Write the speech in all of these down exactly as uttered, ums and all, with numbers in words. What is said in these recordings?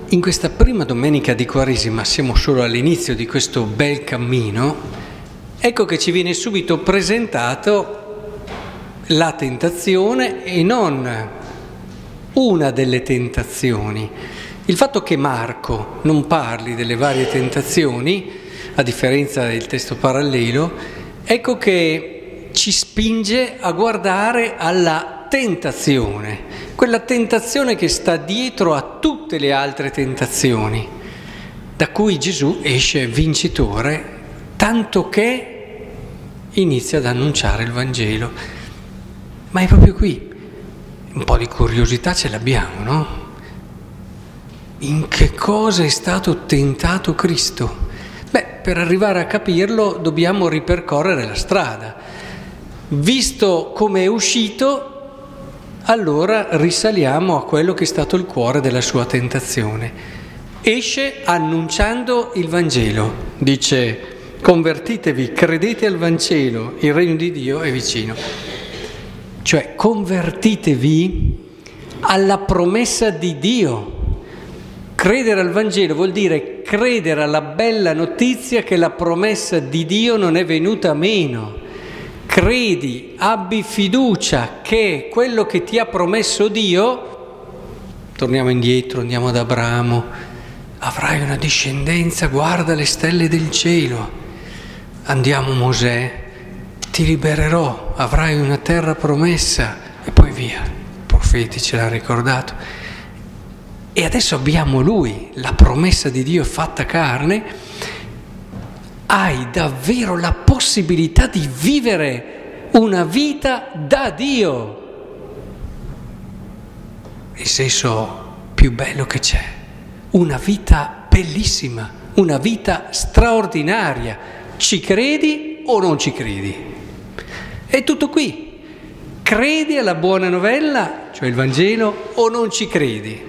In questa prima domenica di Quaresima, siamo solo all'inizio di questo bel cammino, ecco che ci viene subito presentato la tentazione e non una delle tentazioni. Il fatto che Marco non parli delle varie tentazioni, a differenza del testo parallelo, ecco che ci spinge a guardare alla tentazione, quella tentazione che sta dietro a tutte le altre tentazioni, da cui Gesù esce vincitore, tanto che inizia ad annunciare il Vangelo. Ma è proprio qui, un po' di curiosità ce l'abbiamo, no? In che cosa è stato tentato Cristo? Beh, per arrivare a capirlo dobbiamo ripercorrere la strada. Visto come è uscito, allora risaliamo a quello che è stato il cuore della sua tentazione. Esce annunciando il Vangelo, dice: convertitevi, credete al Vangelo, il regno di Dio è vicino. Cioè convertitevi alla promessa di Dio. Credere al Vangelo vuol dire credere alla bella notizia che la promessa di Dio non è venuta meno. Credi, abbi fiducia che quello che ti ha promesso Dio, torniamo indietro, andiamo ad Abramo, avrai una discendenza, guarda le stelle del cielo, andiamo Mosè, ti libererò, avrai una terra promessa, e poi via, i profeti ce l'hanno ricordato. E adesso abbiamo Lui, la promessa di Dio fatta carne. Hai davvero la possibilità di vivere una vita da Dio. Il senso più bello che c'è, una vita bellissima, una vita straordinaria. Ci credi o non ci credi? È tutto qui. Credi alla buona novella, cioè il Vangelo, o non ci credi?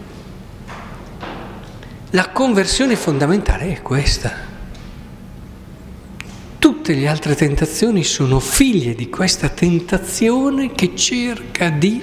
La conversione fondamentale è questa. Tutte le altre tentazioni sono figlie di questa tentazione che cerca di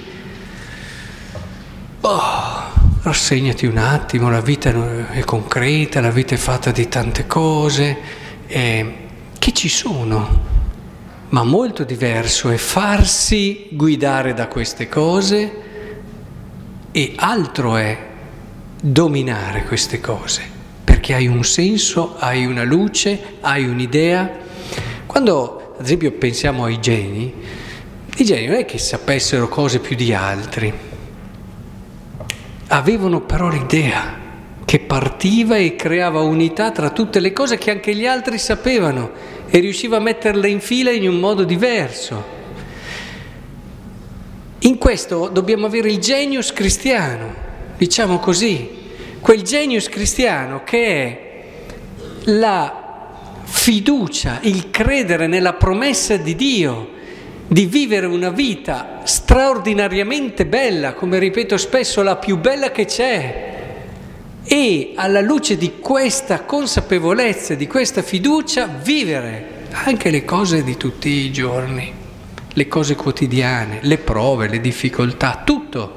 oh, rassegnati un attimo, la vita è concreta, la vita è fatta di tante cose eh, che ci sono, ma molto diverso è farsi guidare da queste cose e altro è dominare queste cose, perché hai un senso, hai una luce, hai un'idea. Quando, ad esempio, pensiamo ai geni, i geni non è che sapessero cose più di altri, avevano però l'idea che partiva e creava unità tra tutte le cose che anche gli altri sapevano e riusciva a metterle in fila in un modo diverso. In questo dobbiamo avere il genius cristiano, diciamo così, quel genius cristiano che è la fiducia, il credere nella promessa di Dio, di vivere una vita straordinariamente bella, come ripeto spesso, la più bella che c'è, e alla luce di questa consapevolezza, di questa fiducia, vivere anche le cose di tutti i giorni, le cose quotidiane, le prove, le difficoltà, tutto.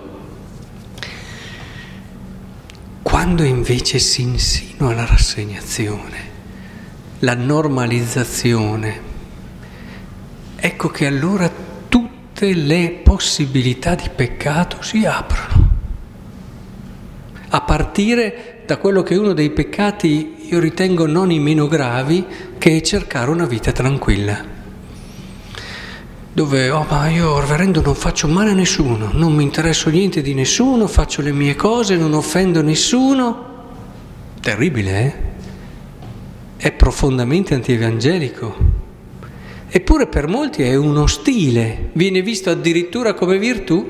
Quando invece si insinua la rassegnazione, la normalizzazione, ecco che allora tutte le possibilità di peccato si aprono. A partire da quello che è uno dei peccati, io ritengo non i meno gravi, che è cercare una vita tranquilla. Dove, oh ma io reverendo non faccio male a nessuno, non mi interesso niente di nessuno, faccio le mie cose, non offendo nessuno. Terribile, eh? È profondamente antievangelico. Eppure per molti è uno stile, viene visto addirittura come virtù.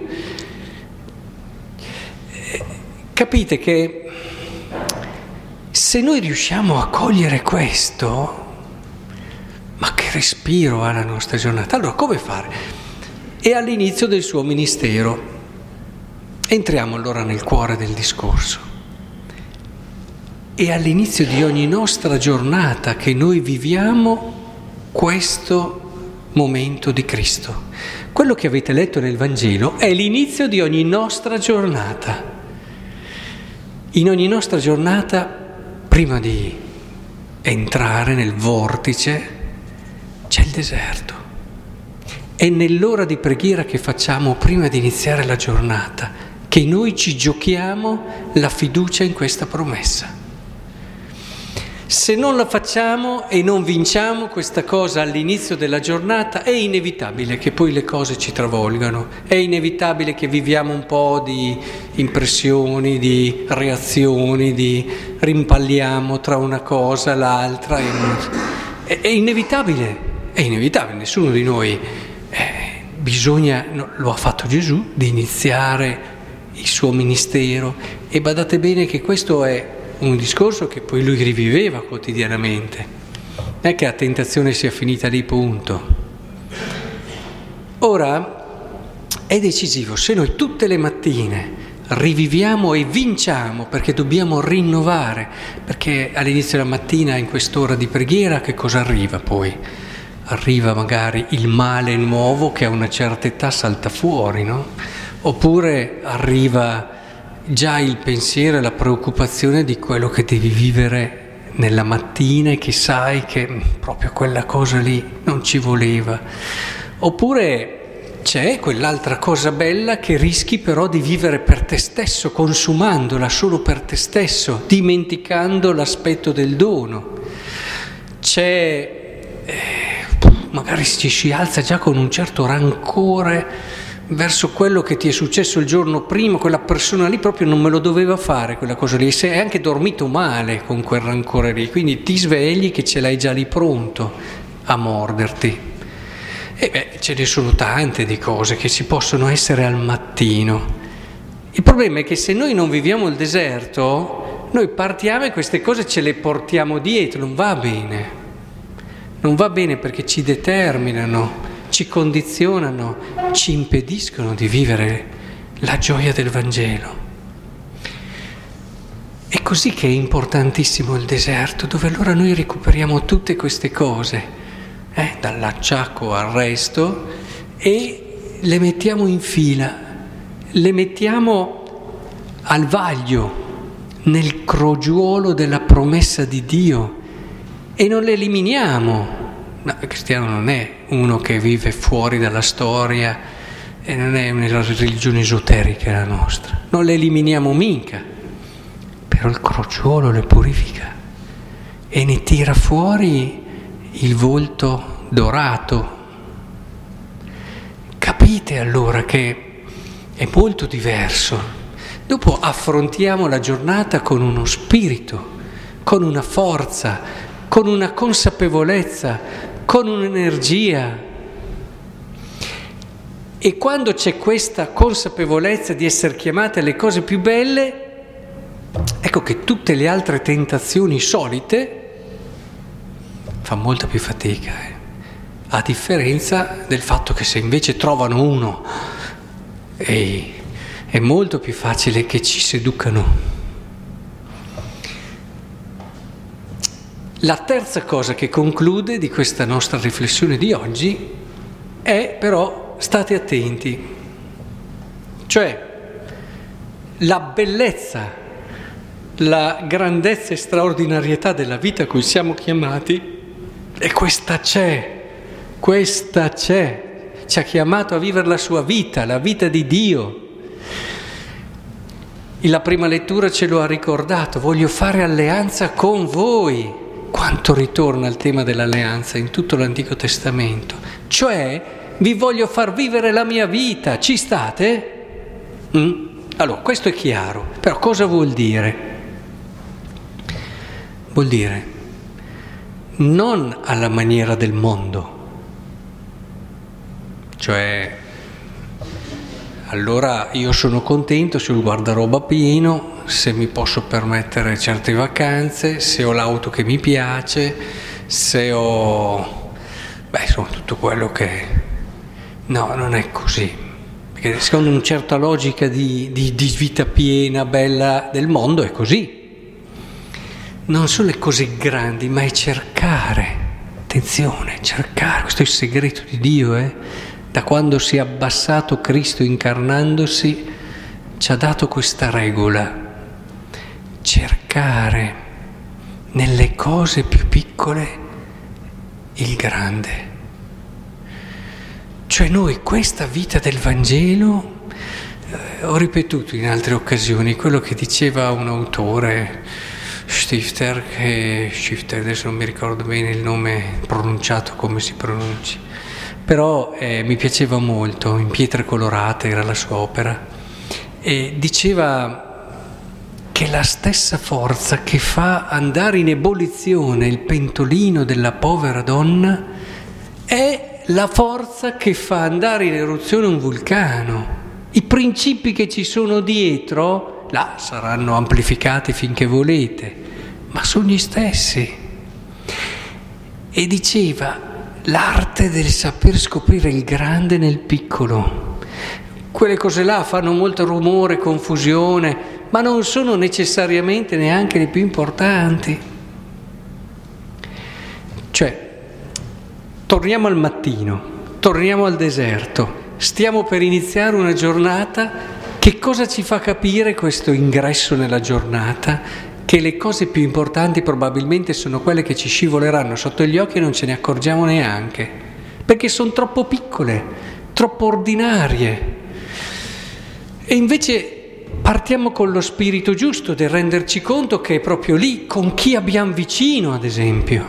Capite che se noi riusciamo a cogliere questo, ma che respiro ha la nostra giornata? Allora come fare? È all'inizio del suo ministero. Entriamo allora nel cuore del discorso. È all'inizio di ogni nostra giornata che noi viviamo questo momento di Cristo. Quello che avete letto nel Vangelo è l'inizio di ogni nostra giornata. In ogni nostra giornata, prima di entrare nel vortice, c'è il deserto. È nell'ora di preghiera che facciamo prima di iniziare la giornata che noi ci giochiamo la fiducia in questa promessa. Se non la facciamo e non vinciamo questa cosa all'inizio della giornata, è inevitabile che poi le cose ci travolgano, è inevitabile che viviamo un po' di impressioni, di reazioni, di rimpalliamo tra una cosa e l'altra. È, è inevitabile, è inevitabile, nessuno di noi eh, bisogna, no, lo ha fatto Gesù, di iniziare il suo ministero, e badate bene che questo è un discorso che poi lui riviveva quotidianamente, non è che la tentazione sia finita lì, punto. Ora è decisivo, se noi tutte le mattine riviviamo e vinciamo, perché dobbiamo rinnovare, perché all'inizio della mattina, in quest'ora di preghiera, che cosa arriva poi? Arriva magari il male nuovo che a una certa età salta fuori, no? Oppure arriva già il pensiero e la preoccupazione di quello che devi vivere nella mattina e che sai che proprio quella cosa lì non ci voleva. Oppure c'è quell'altra cosa bella che rischi però di vivere per te stesso, consumandola solo per te stesso, dimenticando l'aspetto del dono. C'è, eh, magari ci si alza già con un certo rancore verso quello che ti è successo il giorno prima, quella persona lì proprio non me lo doveva fare quella cosa lì, sei anche dormito male con quel rancore lì, quindi ti svegli che ce l'hai già lì pronto a morderti. E beh, ce ne sono tante di cose che ci possono essere al mattino. Il problema è che se noi non viviamo il deserto, noi partiamo e queste cose ce le portiamo dietro, non va bene, non va bene perché ci determinano, ci condizionano, ci impediscono di vivere la gioia del Vangelo. È così che è importantissimo il deserto, dove allora noi recuperiamo tutte queste cose, eh, dall'acciacco al resto, e le mettiamo in fila, le mettiamo al vaglio, nel crogiuolo della promessa di Dio, e non le eliminiamo. No, il cristiano non è uno che vive fuori dalla storia e non è una religione esoterica la nostra, non le eliminiamo mica, però il crogiuolo le purifica e ne tira fuori il volto dorato. Capite allora che è molto diverso. Dopo affrontiamo la giornata con uno spirito, con una forza, con una consapevolezza, con un'energia. E quando c'è questa consapevolezza di essere chiamate alle cose più belle, ecco che tutte le altre tentazioni solite fa molta più fatica, eh? A differenza del fatto che se invece trovano uno è, è molto più facile che ci seducano. La terza cosa che conclude di questa nostra riflessione di oggi è però, state attenti, cioè la bellezza, la grandezza e straordinarietà della vita a cui siamo chiamati, e questa c'è, questa c'è, ci ha chiamato a vivere la sua vita, la vita di Dio. La prima lettura ce lo ha ricordato, voglio fare alleanza con voi. Quanto ritorna al tema dell'alleanza in tutto l'Antico Testamento, cioè vi voglio far vivere la mia vita, ci state? Mm? Allora, questo è chiaro, però cosa vuol dire? Vuol dire non alla maniera del mondo, cioè allora io sono contento se ho il guardaroba pieno, se mi posso permettere certe vacanze, se ho l'auto che mi piace, se ho, beh, insomma, tutto quello che... No, non è così, perché secondo una certa logica di, di, di vita piena, bella del mondo è così. Non sono le cose grandi, ma è cercare, attenzione, cercare, questo è il segreto di Dio, eh? Da quando si è abbassato Cristo incarnandosi, ci ha dato questa regola. cercare nelle cose più piccole il grande. Cioè noi questa vita del Vangelo, eh, ho ripetuto in altre occasioni quello che diceva un autore, Stifter, che Stifter, adesso non mi ricordo bene il nome pronunciato come si pronunci, però eh, mi piaceva molto, In pietre colorate era la sua opera, e diceva che la stessa forza che fa andare in ebollizione il pentolino della povera donna è la forza che fa andare in eruzione un vulcano. I principi che ci sono dietro, là, saranno amplificati finché volete, ma sono gli stessi. E diceva, l'arte del saper scoprire il grande nel piccolo. Quelle cose là fanno molto rumore, confusione, ma non sono necessariamente neanche le più importanti. Cioè, torniamo al mattino, torniamo al deserto, stiamo per iniziare una giornata. Che cosa ci fa capire questo ingresso nella giornata? Che le cose più importanti probabilmente sono quelle che ci scivoleranno sotto gli occhi e non ce ne accorgiamo neanche, perché sono troppo piccole, troppo ordinarie. E invece partiamo con lo spirito giusto del renderci conto che è proprio lì, con chi abbiamo vicino, ad esempio.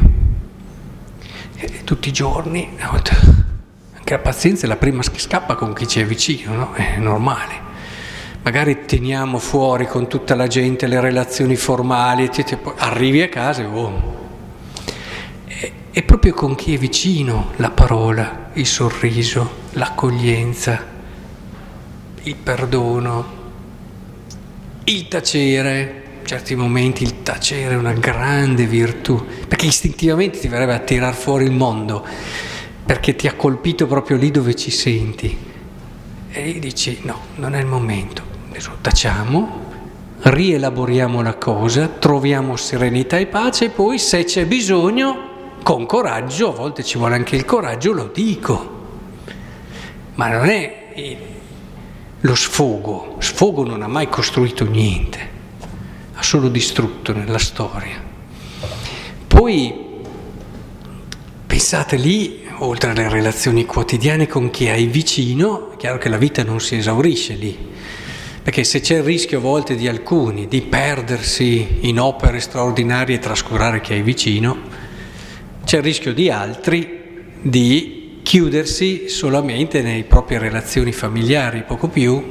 E tutti i giorni, anche la pazienza è la prima che scappa con chi ci è vicino, no? È normale. Magari teniamo fuori con tutta la gente le relazioni formali, e poi arrivi a casa e oh. È, è proprio con chi è vicino la parola, il sorriso, l'accoglienza, il perdono, il tacere. In certi momenti il tacere è una grande virtù, perché istintivamente ti verrebbe a tirar fuori il mondo, perché ti ha colpito proprio lì dove ci senti. E dici no, non è il momento. Adesso tacciamo, rielaboriamo la cosa, troviamo serenità e pace e poi se c'è bisogno, con coraggio, a volte ci vuole anche il coraggio, lo dico. Ma non è lo sfogo. Sfogo non ha mai costruito niente, ha solo distrutto nella storia. Poi pensate lì, oltre alle relazioni quotidiane con chi hai vicino, è chiaro che la vita non si esaurisce lì, perché se c'è il rischio a volte di alcuni di perdersi in opere straordinarie e trascurare chi hai vicino, c'è il rischio di altri di chiudersi solamente nelle proprie relazioni familiari, poco più.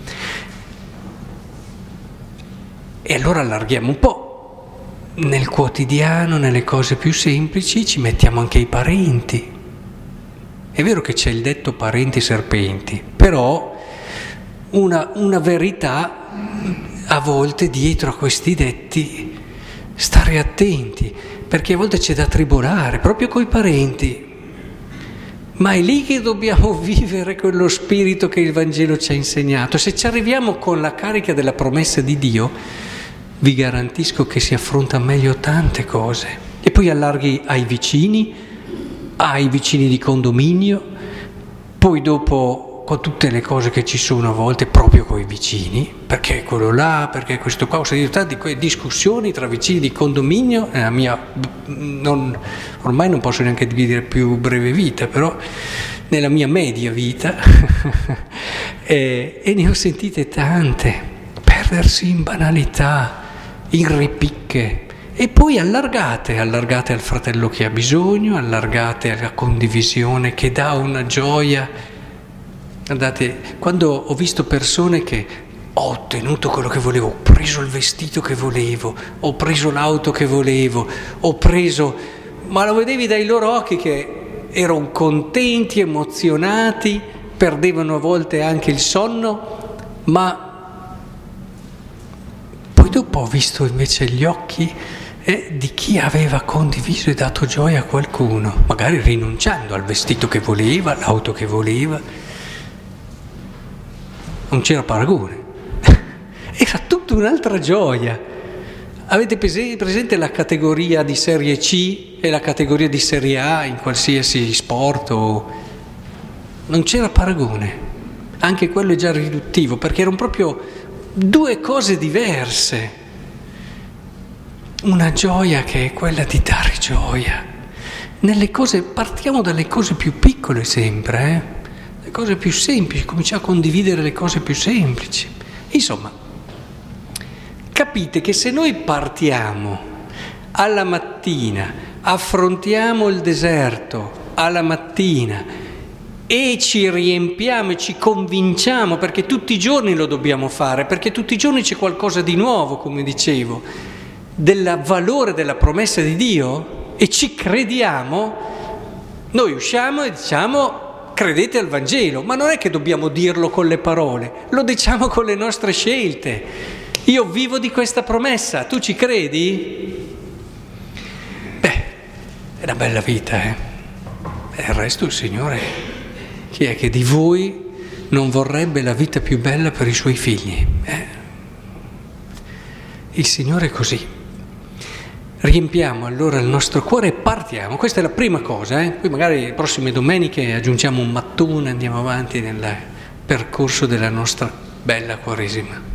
E allora allarghiamo un po'. Nel quotidiano, nelle cose più semplici, ci mettiamo anche i parenti. È vero che c'è il detto parenti serpenti, però una, una verità a volte dietro a questi detti, stare attenti, perché a volte c'è da tribolare proprio coi parenti. Ma è lì che dobbiamo vivere quello spirito che il Vangelo ci ha insegnato. Se ci arriviamo con la carica della promessa di Dio, vi garantisco che si affronta meglio tante cose. E poi allarghi ai vicini, ai vicini di condominio, poi dopo con tutte le cose che ci sono a volte proprio con i vicini, perché quello là, perché questo qua, ho sentito tante quelle discussioni tra vicini di condominio, nella mia, non, ormai non posso neanche dire più breve vita, però nella mia media vita, e, e ne ho sentite tante, perdersi in banalità, in ripicche, e poi allargate, allargate al fratello che ha bisogno, allargate alla condivisione che dà una gioia. Guardate, quando ho visto persone che ho ottenuto quello che volevo, ho preso il vestito che volevo, ho preso l'auto che volevo, ho preso, ma lo vedevi dai loro occhi che erano contenti, emozionati, perdevano a volte anche il sonno, ma poi dopo ho visto invece gli occhi eh, di chi aveva condiviso e dato gioia a qualcuno, magari rinunciando al vestito che voleva, all'auto che voleva. Non c'era paragone, era tutta un'altra gioia. Avete presente la categoria di serie C e la categoria di serie A in qualsiasi sport? O... non c'era paragone, anche quello è già riduttivo, perché erano proprio due cose diverse. una gioia che è quella di dare gioia. Nelle cose, partiamo dalle cose più piccole sempre, eh? Le cose più semplici, cominciamo a condividere le cose più semplici. Insomma, capite che se noi partiamo alla mattina, affrontiamo il deserto alla mattina e ci riempiamo e ci convinciamo, perché tutti i giorni lo dobbiamo fare, perché tutti i giorni c'è qualcosa di nuovo, come dicevo, del valore della promessa di Dio, e ci crediamo, noi usciamo e diciamo credete al Vangelo, ma non è che dobbiamo dirlo con le parole, lo diciamo con le nostre scelte. Io vivo di questa promessa, tu ci credi? Beh, è una bella vita, eh? E il resto il Signore, chi è che di voi non vorrebbe la vita più bella per i suoi figli? Eh? Il Signore è così. Riempiamo allora il nostro cuore e partiamo. Questa è la prima cosa, eh? Poi magari le prossime domeniche aggiungiamo un mattone e andiamo avanti nel percorso della nostra bella Quaresima.